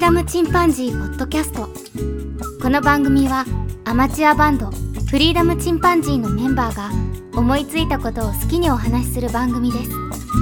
リーダムチンパンジーポッドキャスト。この番組はアマチュアバンドフリーダムチンパンジーのメンバーが思いついたことを好きにお話しする番組です。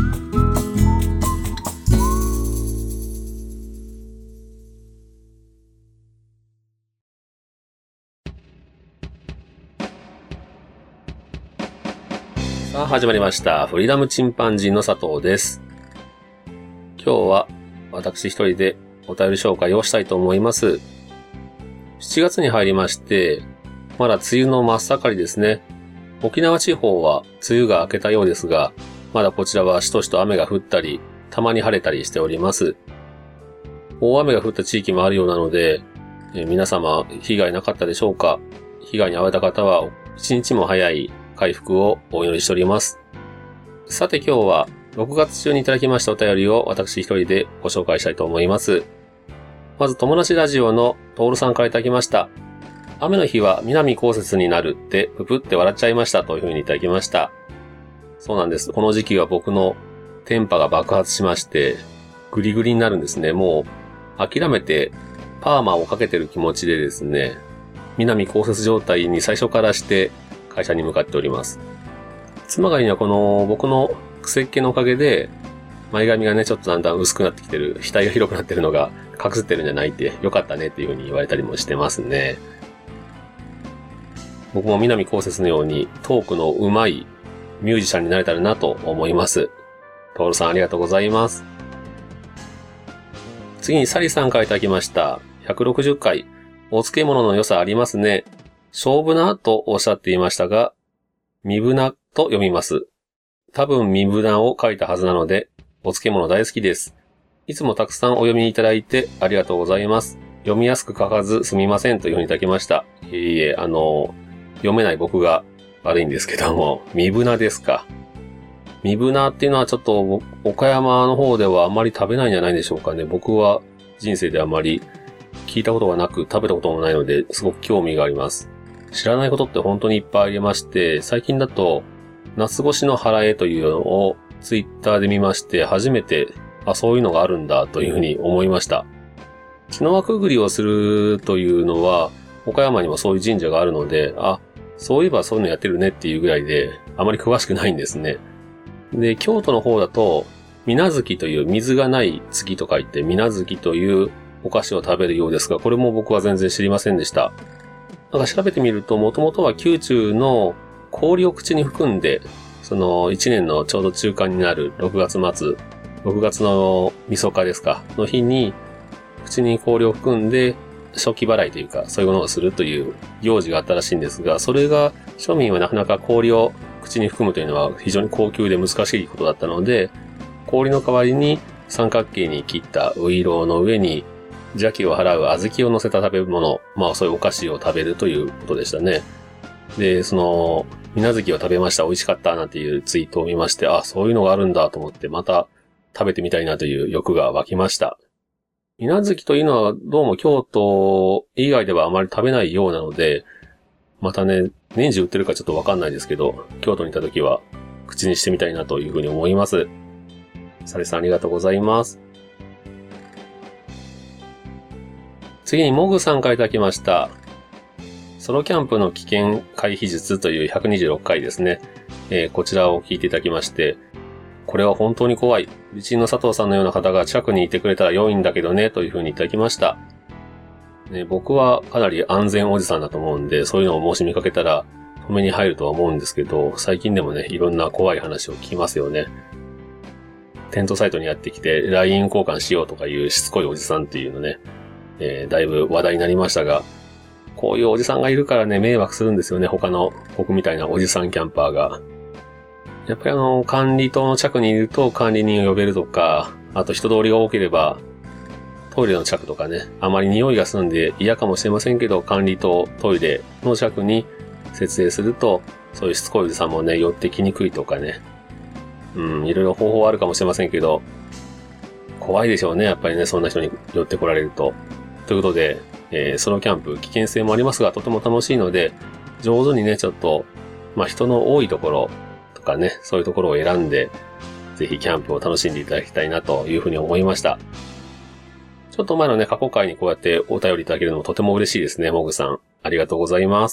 さあ始まりました。フリーダムチンパンジーの佐藤です。今日は私一人でお便り紹介をしたいと思います。7月に入りまして、まだ梅雨の真っ盛りですね。沖縄地方は梅雨が明けたようですが、まだこちらはしとしと雨が降ったり、たまに晴れたりしております。大雨が降った地域もあるようなので、皆様被害なかったでしょうか？被害に遭われた方は一日も早い回復をお祈りしております。さて今日は6月中にいただきましたお便りを私一人でご紹介したいと思います。まず友達ラジオのトールさんからいただきました。雨の日は南こうせつになるってププって笑っちゃいましたというふうにいただきました。そうなんです。この時期は僕のテンパが爆発しましてグリグリになるんですね。もう諦めてパーマをかけてる気持ちでですね、南こうせつ状態に最初からして会社に向かっております。妻が言うにはこの僕の癖っ気のおかげで前髪がねちょっとだんだん薄くなってきてる、額が広くなってるのが隠せてるんじゃないってよかったねっていう風に言われたりもしてますね。僕も南こうせつのようにトークの上手いミュージシャンになれたらなと思います。トールさんありがとうございます。次にサリさんからいただきました。160回お漬物の良さありますね。勝負なとおっしゃっていましたが、みぶなと読みます。多分みぶなを書いたはずなので、お漬物大好きです。いつもたくさんお読みいただいてありがとうございます。読みやすく書かずすみませんというふうにいただきました。いえいえ、読めない僕が悪いんですけども、みぶなですか。みぶなっていうのはちょっと岡山の方ではあまり食べないんじゃないでしょうかね。僕は人生であまり聞いたことがなく食べたこともないのですごく興味があります。知らないことって本当にいっぱいありまして、最近だと夏越しの腹絵というのをツイッターで見まして初めてそういうのがあるんだというふうに思いました。血の輪くぐりをするというのは岡山にもそういう神社があるので、そういえばそういうのやってるねっていうぐらいであまり詳しくないんですね。で、京都の方だと水無月という水がない月と書いて水無月というお菓子を食べるようですが、これも僕は全然知りませんでした。なんか調べてみると、もともとは宮中の氷を口に含んで、その1年のちょうど中間になる6月末、6月のみそかですか、の日に、口に氷を含んで、初期払いというか、そういうものをするという行事があったらしいんですが、それが庶民はなかなか氷を口に含むというのは非常に高級で難しいことだったので、氷の代わりに三角形に切ったウイローの上に、邪気を払う小豆を乗せた食べ物、そういうお菓子を食べるということでしたね。で、その、水無月を食べました、美味しかったなんていうツイートを見まして、そういうのがあるんだと思って、また食べてみたいなという欲が湧きました。水無月というのはどうも京都以外ではあまり食べないようなので、またね、年中売ってるかちょっとわかんないですけど、京都にいた時は口にしてみたいなというふうに思います。サリさんありがとうございます。次にモグさんからいただきました。ソロキャンプの危険回避術という126回ですね。こちらを聞いていただきまして、これは本当に怖い。美人の佐藤さんのような方が近くにいてくれたら良いんだけどね、というふうにいただきました。僕はかなり安全おじさんだと思うんで、そういうのをもし見かけたら止めに入るとは思うんですけど、最近でもね、いろんな怖い話を聞きますよね。テントサイトにやってきて LINE 交換しようとかいうしつこいおじさんっていうのね、だいぶ話題になりましたが、こういうおじさんがいるからね、迷惑するんですよね、他の僕みたいなおじさんキャンパーが。やっぱり管理棟の近くにいると管理人を呼べるとか、あと人通りが多ければ、トイレの近くとかね、あまり匂いがするんで嫌かもしれませんけど、管理棟、トイレの近くに設営すると、そういうしつこいおじさんもね、寄ってきにくいとかね。いろいろ方法あるかもしれませんけど、怖いでしょうね、やっぱりね、そんな人に寄ってこられると。ということで、ソロキャンプ危険性もありますが、とても楽しいので、上手にね、ちょっと、人の多いところとかね、そういうところを選んで、ぜひキャンプを楽しんでいただきたいなというふうに思いました。ちちょっと前のね、過去回にこうやってお便りいただけるのもとても嬉しいですね、モグさん。ありがとうございます。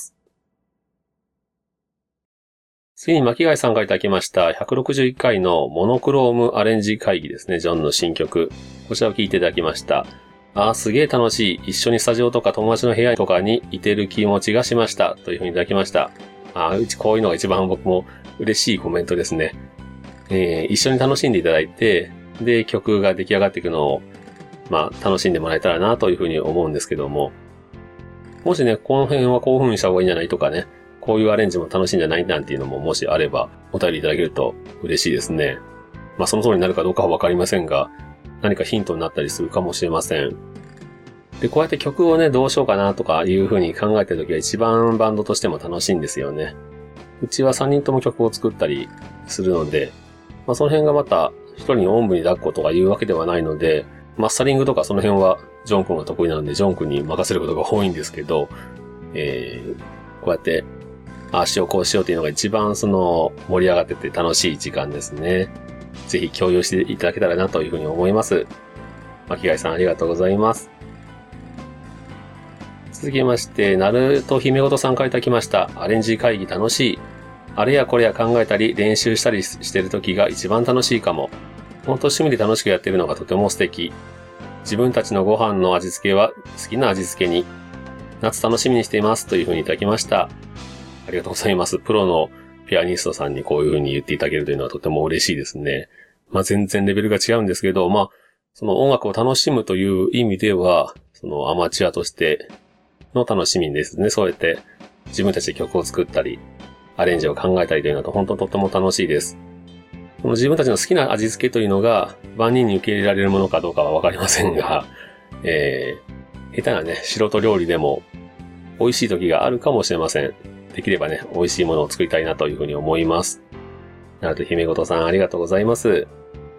次に巻貝さんがいただきました161回のモノクロームアレンジ会議ですね、ジョンの新曲。こちらを聞いていただきました。すげえ楽しい。一緒にスタジオとか友達の部屋とかにいてる気持ちがしました。というふうにいただきました。うちこういうのが一番僕も嬉しいコメントですね。一緒に楽しんでいただいて、で、曲が出来上がっていくのを、楽しんでもらえたらなというふうに思うんですけども。もしね、この辺はこういうふうにした方がいいんじゃないとかね、こういうアレンジも楽しいんじゃないなんていうのももしあればお便りいただけると嬉しいですね。その通りになるかどうかはわかりませんが、何かヒントになったりするかもしれません。で、こうやって曲をね、どうしようかなとかいう風に考えてるときは一番バンドとしても楽しいんですよね。うちは3人とも曲を作ったりするので、その辺がまた一人におんぶに抱っことかいうわけではないので、マスタリングとかその辺はジョン君が得意なのでジョン君に任せることが多いんですけど、こうやってああしようこうしようっていうのが一番盛り上がってて楽しい時間ですね。ぜひ共有していただけたらなというふうに思います。巻貝さんありがとうございます。続きまして、ナルト姫ごとさんからいただきました。アレンジ会議楽しい。あれやこれや考えたり練習したりしてる時が一番楽しいかも。本当趣味で楽しくやってるのがとても素敵。自分たちのご飯の味付けは好きな味付けに。夏楽しみにしていますというふうにいただきました。ありがとうございます。プロのピアニストさんにこういう風に言っていただけるというのはとても嬉しいですね。全然レベルが違うんですけど、その音楽を楽しむという意味では、アマチュアとしての楽しみですね。そうやって自分たちで曲を作ったり、アレンジを考えたりというのは本当とっても楽しいです。この自分たちの好きな味付けというのが万人に受け入れられるものかどうかはわかりませんが、下手なね、素人料理でも美味しい時があるかもしれません。できればね、美味しいものを作りたいなというふうに思います。なので、姫ごとさんありがとうございます。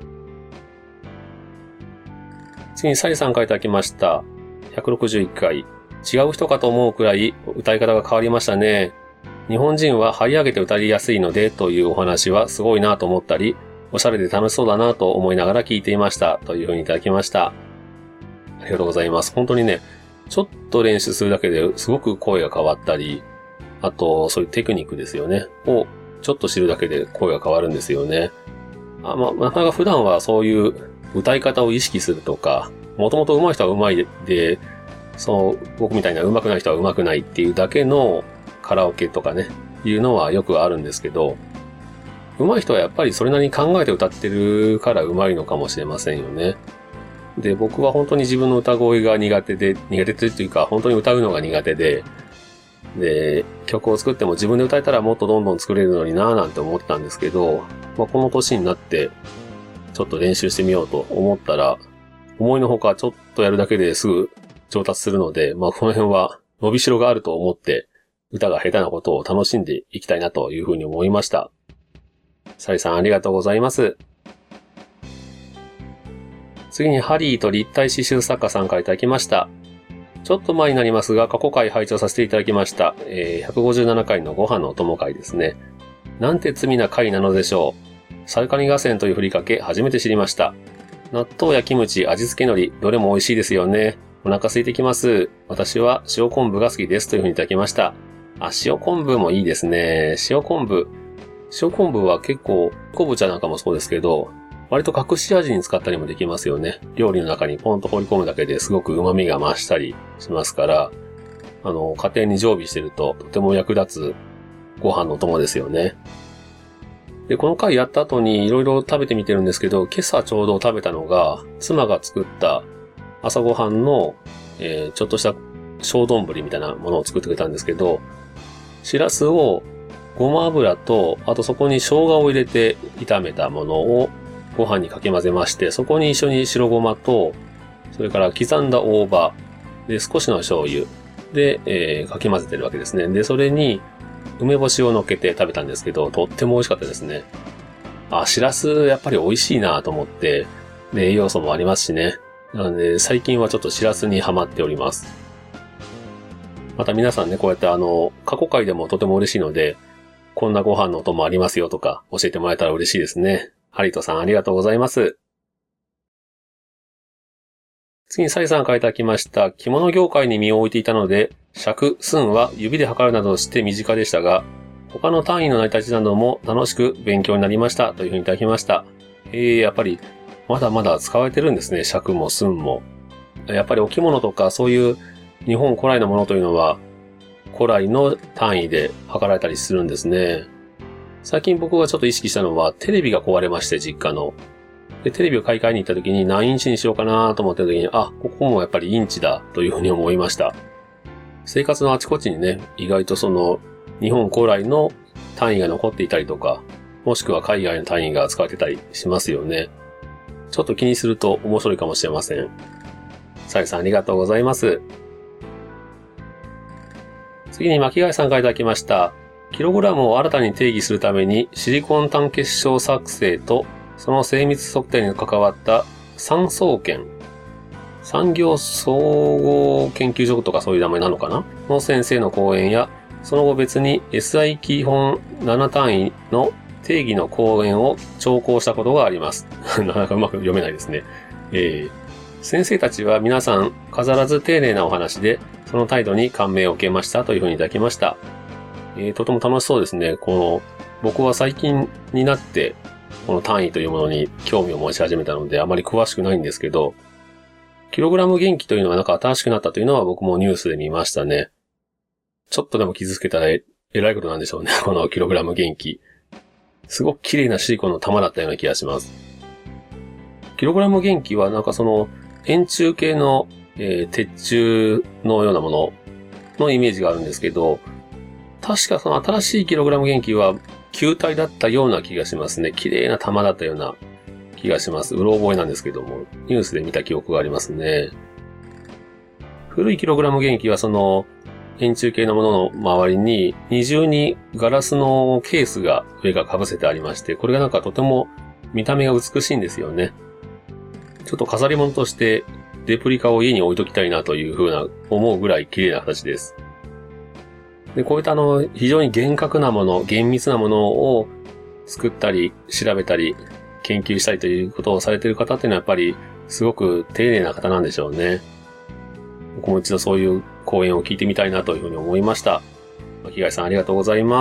次にサリさんからいただきました。161回。違う人かと思うくらい歌い方が変わりましたね。日本人は張り上げて歌いやすいのでというお話はすごいなと思ったり、おしゃれで楽しそうだなと思いながら聞いていましたというふうにいただきました。ありがとうございます。本当にね、ちょっと練習するだけですごく声が変わったり、あと、そういうテクニックですよね。をちょっと知るだけで声が変わるんですよね。なかなか普段はそういう歌い方を意識するとか、もともと上手い人は上手いで、僕みたいな上手くない人は上手くないっていうだけのカラオケとかね、いうのはよくあるんですけど、上手い人はやっぱりそれなりに考えて歌ってるから上手いのかもしれませんよね。で、僕は本当に自分の歌声が苦手というか、本当に歌うのが苦手で、曲を作っても自分で歌えたらもっとどんどん作れるのになぁなんて思ってたんですけど、この年になってちょっと練習してみようと思ったら、思いのほかちょっとやるだけですぐ上達するので、この辺は伸びしろがあると思って歌が下手なことを楽しんでいきたいなというふうに思いました。サリさんありがとうございます。次にハリーと立体刺繍作家さんからいただきました。ちょっと前になりますが、過去回拝聴させていただきました。157回のご飯のお供回ですね。なんて罪な回なのでしょう。サルカニ合戦というふりかけ、初めて知りました。納豆やキムチ、味付け海苔、どれも美味しいですよね。お腹空いてきます。私は塩昆布が好きですというふうにいただきました。塩昆布もいいですね。塩昆布は結構、昆布茶なんかもそうですけど、割と隠し味に使ったりもできますよね。料理の中にポンと放り込むだけですごく旨味が増したりしますから、家庭に常備してるととても役立つご飯のお供ですよね。で、この回やった後にいろいろ食べてみてるんですけど、今朝ちょうど食べたのが、妻が作った朝ごはんの、ちょっとした小丼みたいなものを作ってくれたんですけど、しらすをごま油と、あとそこに生姜を入れて炒めたものをご飯にかけ混ぜまして、そこに一緒に白ごまと、それから刻んだ大葉、で少しの醤油で、かき混ぜてるわけですね。で、それに梅干しを乗っけて食べたんですけど、とっても美味しかったですね。しらすやっぱり美味しいなと思って、で、栄養素もありますしね。なので、最近はちょっとしらすにハマっております。また皆さんね、こうやって過去回でもとても嬉しいので、こんなご飯のお供ありますよとか教えてもらえたら嬉しいですね。ハリトさんありがとうございます。 次にサリさんからいただきました。着物業界に身を置いていたので、尺、寸は指で測るなどして身近でしたが、他の単位の成り立ちなども楽しく勉強になりましたというふうにいただきました。やっぱりまだまだ使われてるんですね。尺も寸も。やっぱりお着物とかそういう日本古来のものというのは古来の単位で測られたりするんですね。最近僕がちょっと意識したのはテレビが壊れまして、実家の。で、テレビを買い替えに行った時に何インチにしようかなと思った時に、ここもやっぱりインチだというふうに思いました。生活のあちこちにね、意外とその日本古来の単位が残っていたりとか、もしくは海外の単位が使われてたりしますよね。ちょっと気にすると面白いかもしれません。サリさんありがとうございます。次に巻貝さんからいただきました。キログラムを新たに定義するためにシリコン単結晶作成とその精密測定に関わった産総研、産業総合研究所とかそういう名前なのかなの先生の講演や、その後別に SI 基本7単位の定義の講演を聴講したことがあります。なかなかうまく読めないですね。先生たちは皆さん飾らず丁寧なお話で、その態度に感銘を受けましたというふうにいただきました。とても楽しそうですね。僕は最近になって、この単位というものに興味を持ち始めたので、あまり詳しくないんですけど、キログラム元気というのがなんか新しくなったというのは僕もニュースで見ましたね。ちょっとでも傷つけたらえらいことなんでしょうね。このキログラム元気。すごく綺麗なシリコンの玉だったような気がします。キログラム元気はなんかその円柱形の、鉄柱のようなもののイメージがあるんですけど、確かその新しいキログラム元気は球体だったような気がしますね。綺麗な玉だったような気がします。うろ覚えなんですけども、ニュースで見た記憶がありますね。古いキログラム元気はその円柱形のものの周りに二重にガラスのケースが上が被せてありまして、これがなんかとても見た目が美しいんですよね。ちょっと飾り物としてレプリカを家に置いときたいなというふうな思うぐらい綺麗な形です。で、こういった非常に厳格なもの、厳密なものを作ったり、調べたり、研究したりということをされている方っていうのはやっぱりすごく丁寧な方なんでしょうね。僕も一度そういう講演を聞いてみたいなというふうに思いました。巻貝さんありがとうございます。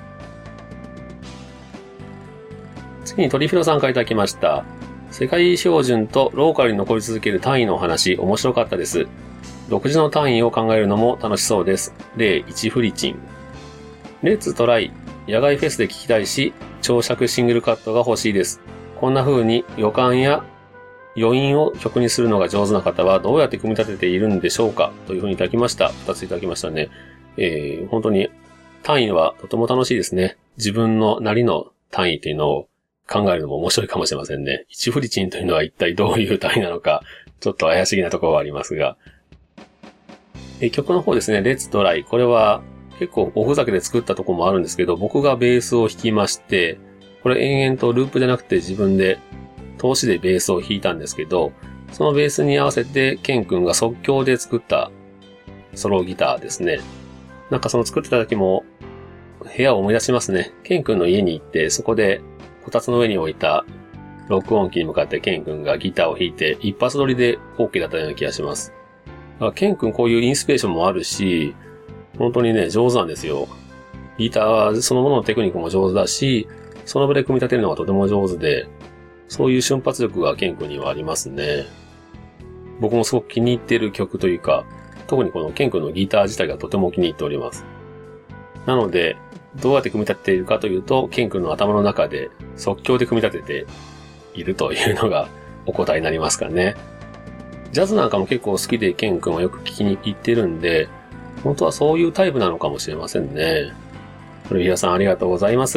次にトリフィロさんからいただきました。世界標準とローカルに残り続ける単位のお話、面白かったです。独自の単位を考えるのも楽しそうです。例1フリチン。レッツトライ。野外フェスで聞きたいし、長尺シングルカットが欲しいです。こんな風に予感や余韻を曲にするのが上手な方はどうやって組み立てているんでしょうかという風にいただきました。2ついただきましたね。本当に単位はとても楽しいですね。自分のなりの単位っていうのを考えるのも面白いかもしれませんね。1フリチンというのは一体どういう単位なのか、ちょっと怪しげなところはありますが。曲の方ですね、レッツトライ。これは結構おふざけで作ったところもあるんですけど、僕がベースを弾きまして、これ延々とループじゃなくて自分で通しでベースを弾いたんですけど、そのベースに合わせてケン君が即興で作ったソロギターですね。なんかその作ってた時も部屋を思い出しますね。ケン君の家に行ってそこでこたつの上に置いた録音機に向かってケン君がギターを弾いて一発撮りで OK だったような気がします。ケン君こういうインスピレーションもあるし、本当にね、上手なんですよ。ギターそのもののテクニックも上手だし、その場で組み立てるのがとても上手で、そういう瞬発力がケン君にはありますね。僕もすごく気に入っている曲というか、特にこのケン君のギター自体がとても気に入っております。なので、どうやって組み立てているかというと、ケン君の頭の中で即興で組み立てているというのがお答えになりますかね。ジャズなんかも結構好きでケン君はよく聞きに行ってるんで、本当はそういうタイプなのかもしれませんね。トリフィラさんありがとうございます。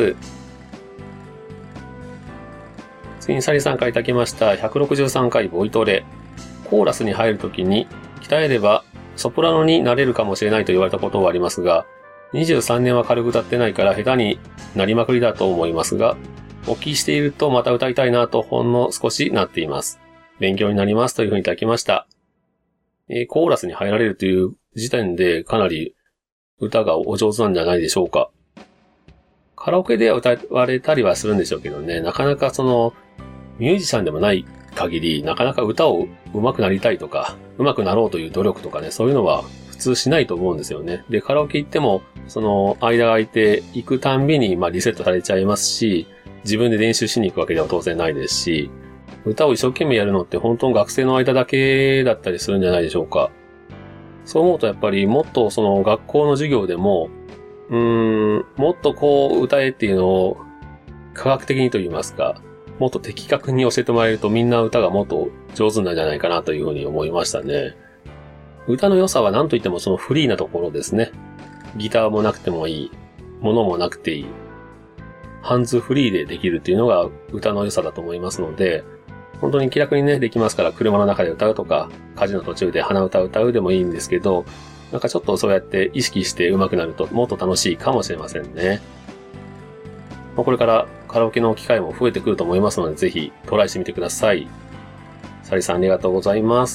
次にサリさんからいただきました163回ボイトレ。コーラスに入るときに鍛えればソプラノになれるかもしれないと言われたことはありますが、23年は軽く歌ってないから下手になりまくりだと思いますが、お聞きしているとまた歌いたいなとほんの少しなっています。勉強になりますというふうにいただきました。コーラスに入られるという時点でかなり歌がお上手なんじゃないでしょうか。カラオケでは歌われたりはするんでしょうけどね、なかなかそのミュージシャンでもない限り、なかなか歌を上手くなりたいとか、上手くなろうという努力とかね、そういうのは普通しないと思うんですよね。で、カラオケ行っても、その間が空いて行くたんびに、リセットされちゃいますし、自分で練習しに行くわけでは当然ないですし、歌を一生懸命やるのって本当に学生の間だけだったりするんじゃないでしょうか。そう思うとやっぱりもっとその学校の授業でも、もっとこう歌えっていうのを科学的にと言いますか、もっと的確に教えてもらえるとみんな歌がもっと上手なんじゃないかなというふうに思いましたね。歌の良さは何と言ってもそのフリーなところですね。ギターもなくてもいい。物もなくていい。ハンズフリーでできるっていうのが歌の良さだと思いますので、本当に気楽にね、できますから車の中で歌うとか、家事の途中で鼻歌を歌うでもいいんですけど、なんかちょっとそうやって意識して上手くなるともっと楽しいかもしれませんね。これからカラオケの機会も増えてくると思いますので、ぜひトライしてみてください。サリさんありがとうございます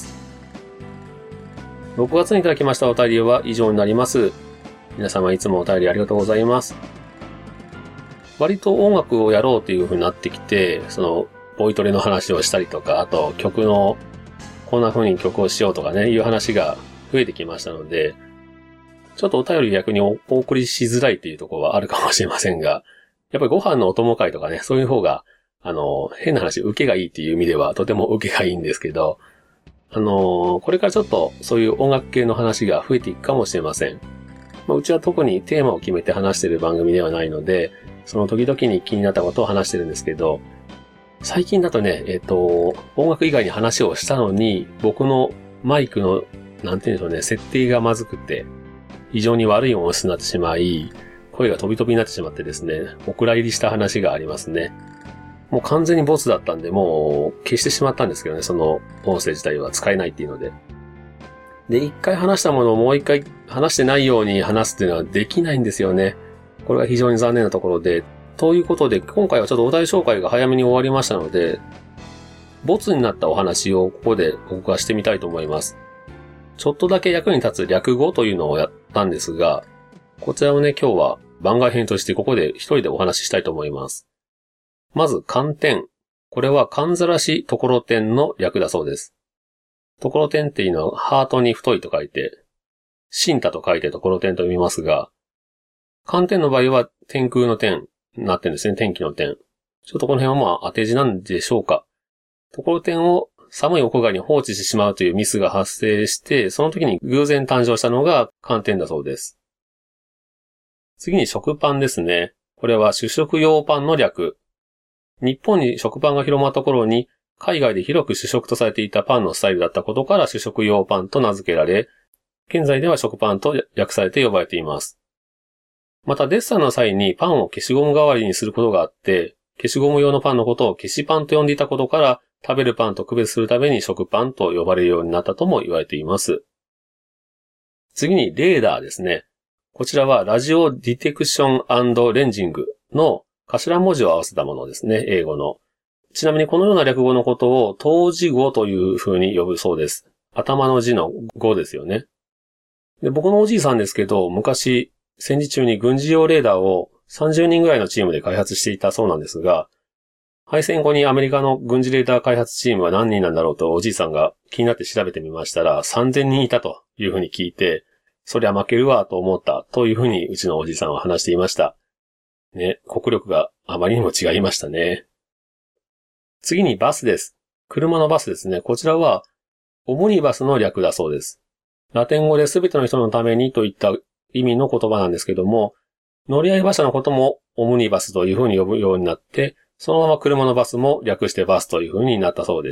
。6月にいただきましたお便りは以上になります。皆様いつもお便りありがとうございます。割と音楽をやろうという風になってきて、そのボイトレの話をしたりとか、あと曲のこんな風に曲をしようとかね、いう話が増えてきましたので、ちょっとお便り逆にお送りしづらいっていうところはあるかもしれませんが、やっぱりご飯のお供会とかね、そういう方が、変な話、受けがいいっていう意味ではとても受けがいいんですけど、これからちょっとそういう音楽系の話が増えていくかもしれません。うちは特にテーマを決めて話している番組ではないので、その時々に気になったことを話してるんですけど、最近だとね、音楽以外に話をしたのに、僕のマイクの、なんていうんでしょうね、設定がまずくて、非常に悪い音質になってしまい、声が飛び飛びになってしまってですね、お蔵入りした話がありますね。もう完全にボツだったんで、もう消してしまったんですけどね、その音声自体は使えないっていうので。で、一回話したものをもう一回話してないように話すっていうのはできないんですよね。これが非常に残念なところで、ということで、今回はちょっとお題紹介が早めに終わりましたので、ボツになったお話をここで僕はしてみたいと思います。ちょっとだけ役に立つ略語というのをやったんですが、こちらをね、今日は番外編としてここで一人でお話ししたいと思います。まず、寒天。これは寒ざらしところてんの略だそうです。ところてんっていうのはハートに太いと書いて、新太と書いてところてんと読みますが、寒天の場合は天空の天になってるんですね。天気の天。ちょっとこの辺は当て字なんでしょうか。ところてんを寒い屋外に放置してしまうというミスが発生して、その時に偶然誕生したのが寒天だそうです。次に食パンですね。これは主食用パンの略。日本に食パンが広まった頃に、海外で広く主食とされていたパンのスタイルだったことから主食用パンと名付けられ、現在では食パンと略されて呼ばれています。またデッサンの際にパンを消しゴム代わりにすることがあって、消しゴム用のパンのことを消しパンと呼んでいたことから、食べるパンと区別するために食パンと呼ばれるようになったとも言われています。次にレーダーですね。こちらはラジオディテクション&レンジングの頭文字を合わせたものですね、英語の。ちなみにこのような略語のことを頭字語という風に呼ぶそうです。頭の字の語ですよね。で、僕のおじいさんですけど、昔戦時中に軍事用レーダーを30人ぐらいのチームで開発していたそうなんですが、敗戦後にアメリカの軍事レーダー開発チームは何人なんだろうとおじいさんが気になって調べてみましたら3000人いたという風に聞いて、そりゃ負けるわと思ったという風にうちのおじいさんは話していました。ね、国力があまりにも違いましたね。次にバスです。車のバスですね。こちらはオムニバスの略だそうです。ラテン語で全ての人のためにといった意味の言葉なんですけども、乗り合い馬車のこともオムニバスという風に呼ぶようになって、そのまま車のバスも略してバスという風になったそうです。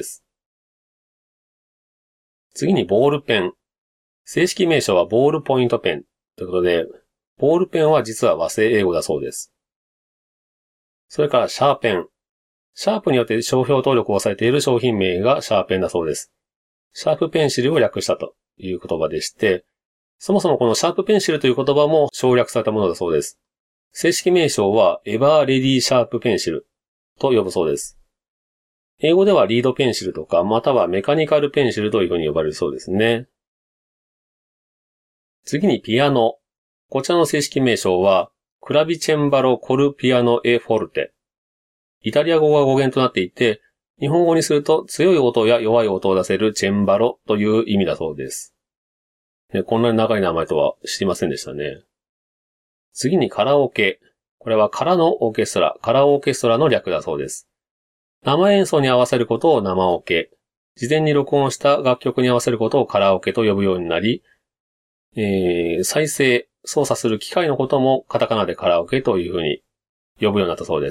次にボールペン。正式名称はボールポイントペンということで、ボールペンは実は和製英語だそうです。それからシャーペン。シャープによって商標登録をされている商品名がシャーペンだそうです。シャープペンシルを略したという言葉でして、そもそもこのシャープペンシルという言葉も省略されたものだそうです。正式名称はエバーレディシャープペンシルと呼ぶそうです。英語ではリードペンシルとか、またはメカニカルペンシルという風に呼ばれるそうですね。次にピアノ。こちらの正式名称はクラビチェンバロコルピアノエフォルテ。イタリア語が語源となっていて、 日本語にすると強い音や弱い音を出せるチェンバロという意味だそうです。こんなに長い名前とは知りませんでしたね。次にカラオケ。これはカラオーケストラの略だそうです。生演奏に合わせることを生オケ。事前に録音した楽曲に合わせることをカラオケと呼ぶようになり、再生、操作する機械のこともカタカナでカラオケというふうに呼ぶようになったそうです。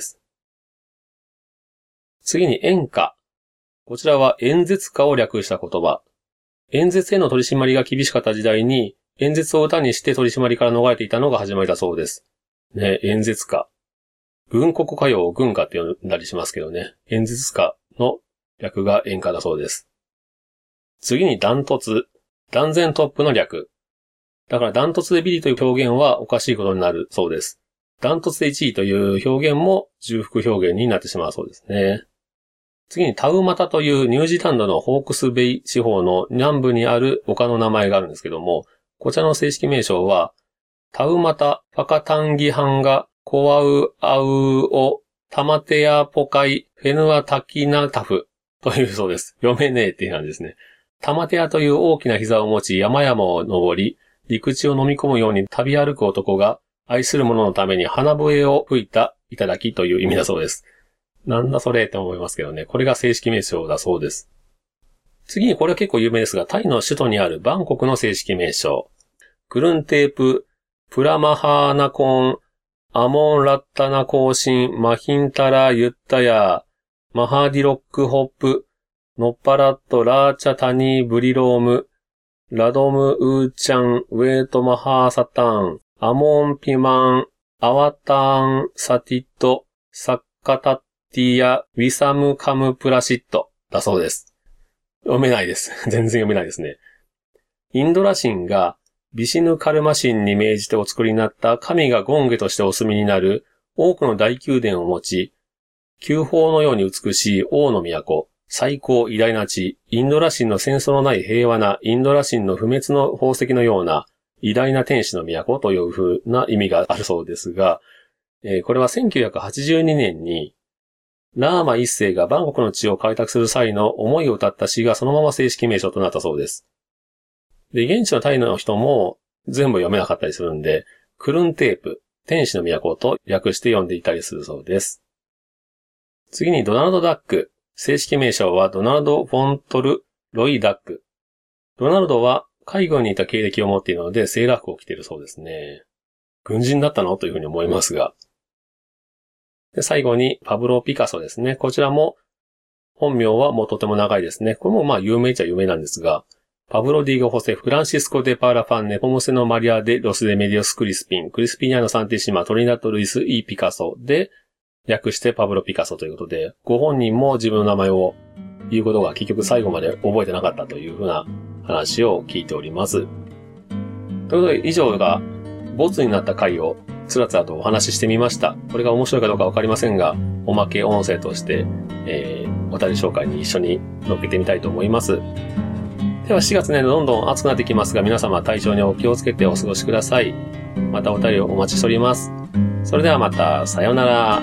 次に演歌。こちらは演説歌を略した言葉。演説への取り締まりが厳しかった時代に演説を歌にして取り締まりから逃れていたのが始まりだそうです。ね、演説歌。軍国歌謡を軍歌って呼んだりしますけどね。演説歌の略が演歌だそうです。次にダントツ。断然トップの略。だからダントツでビリという表現はおかしいことになるそうです。ダントツで1位という表現も重複表現になってしまうそうですね。次にタウマタというニュージーランドのホークスベイ地方の南部にある丘の名前があるんですけども、こちらの正式名称は、タウマタパカタンギハンガコワウアウオタマテアポカイフェヌアタキナタフというそうです。読めねえっていうなんですね。タマテアという大きな膝を持ち山々を登り、陸地を飲み込むように旅歩く男が愛する者のために花笛を吹いた頂きという意味だそうです。なんだそれって思いますけどね。これが正式名称だそうです。次にこれは結構有名ですが、タイの首都にあるバンコクの正式名称。クルンテープ、プラマハーナコン、アモンラッタナコーシン、マヒンタラユッタヤ、マハディロックホップ、ノッパラットラーチャタニーブリローム、ラドムウーチャン、ウェートマハーサタン、アモンピマン、アワターン、サティット、サッカタッティア、ウィサムカムプラシットだそうです。読めないです。全然読めないですね。インドラ神がビシヌカルマ神に命じてお作りになった神が権化としてお住みになる多くの大宮殿を持ち、宮宝のように美しい王の都、最高偉大な地、インドラ神の戦争のない平和なインドラ神の不滅の宝石のような偉大な天使の都という風な意味があるそうですが、これは1982年にラーマ一世がバンコクの地を開拓する際の思いを歌った詩がそのまま正式名称となったそうです。で、現地のタイの人も全部読めなかったりするんで、クルンテープ、天使の都と略して読んでいたりするそうです。次にドナルド・ダック。正式名称はドナルド・フォントル・ロイ・ダック。ドナルドは海軍にいた経歴を持っているのでセーラー服を着ているそうですね。軍人だったのというふうに思いますが。で、最後にパブロ・ピカソですね。こちらも本名はもうとても長いですね。これもまあ有名っちゃ有名なんですが、パブロ・ディーゴ・ホセ・フランシスコ・デ・パーラ・ファン・ネポムセノ・マリア・デ・ロス・デ・メディオス・クリスピン、クリスピニアの・サンティシマ、トリナット・ルイス・イ・ピカソで、略してパブロ・ピカソということで、ご本人も自分の名前を言うことが結局最後まで覚えてなかったというふうな話を聞いております。ということで、以上がボツになった回をつらつらとお話ししてみました。これが面白いかどうかわかりませんが、おまけ音声として、お便り紹介に一緒に乗っけてみたいと思います。では4月ね、どんどん暑くなってきますが、皆様体調にお気をつけてお過ごしください。またお便りをお待ちしております。それではまた、さようなら。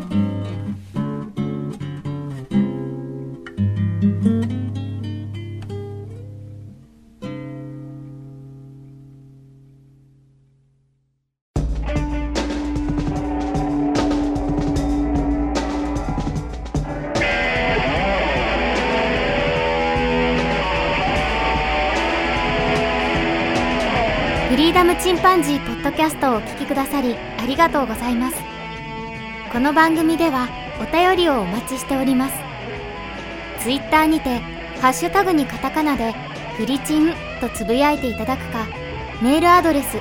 フリーダムチンパンジーポッドキャストをお聞きくださりありがとうございます。この番組ではお便りをお待ちしております。ツイッターにてハッシュタグにカタカナでフリチンとつぶやいていただくか、メールアドレス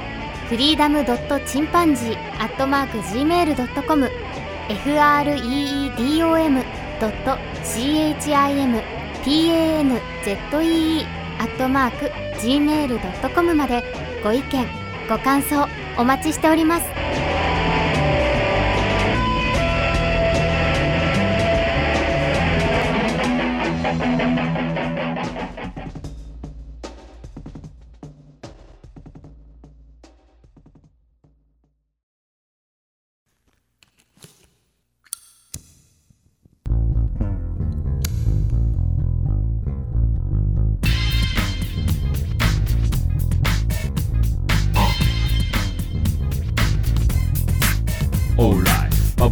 freedom.chimpanzee@gmail.com freedom.chimpanzee@gmail.com までご意見、ご感想お待ちしております。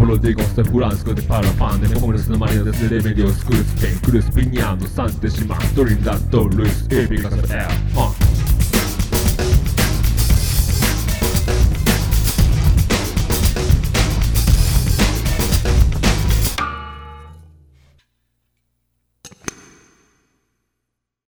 Solo digo se furasco de parafán de como los mareos de medios cruz pen cruz piñando santes y más during that door Luis Epic as air